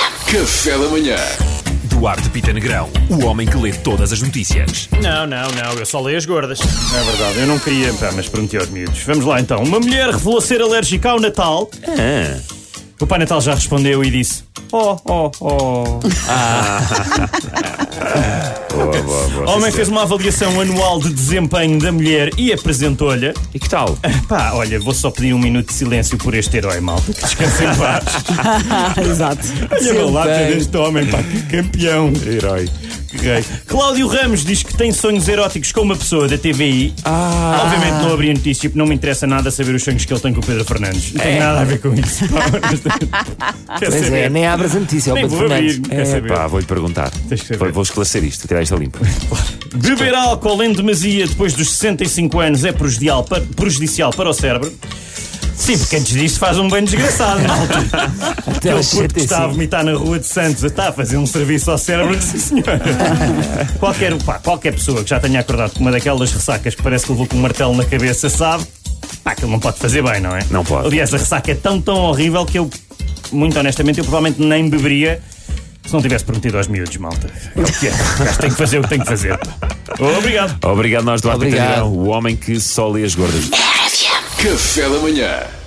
Café da manhã. Duarte Pita Negrão, o homem que lê todas as notícias. Não, eu só leio as gordas. É verdade, eu não queria, mas prometi aos miúdos. Vamos lá então. Uma mulher revelou ser alérgica ao Natal. O Pai Natal já respondeu e disse: Boa. O homem fez uma avaliação anual de desempenho da mulher e apresentou-lhe. E que tal? Olha, vou só pedir um minuto de silêncio por este herói, malta. Que descanse em paz. Exato. Olha a lata deste homem, que campeão. Herói. Que rei. Cláudio Ramos diz que tem sonhos eróticos com uma pessoa da TVI. Obviamente não abri a notícia porque não me interessa nada saber os sonhos que ele tem com o Pedro Fernandes. Não tem nada a ver com isso. Pois é, nem abras a notícia ao Nem Pedro vou Fernandes. abrir, quer saber. Vou-lhe perguntar. Tens que saber. Vou esclarecer isto, tirar isto a limpo. Beber álcool em demasia depois dos 65 anos é prejudicial para o cérebro. Sim, porque antes disso faz um bem desgraçado, malta. Até aos Aquele puto que 75. está a vomitar na rua de Santos está a fazer um serviço ao cérebro, sim senhor. Qualquer pessoa que já tenha acordado com uma daquelas ressacas que parece que levou com um martelo na cabeça sabe que ele não pode fazer bem, não é? Não pode. Aliás, a ressaca é tão horrível que eu, muito honestamente, eu provavelmente nem beberia se não tivesse prometido aos miúdos, malta. É o que é. O gajo tem que fazer o que tem que fazer. Obrigado. Obrigado, nós, Duarte Pita Obrigado. Negrão, o homem que só lê as gordas. Café da manhã.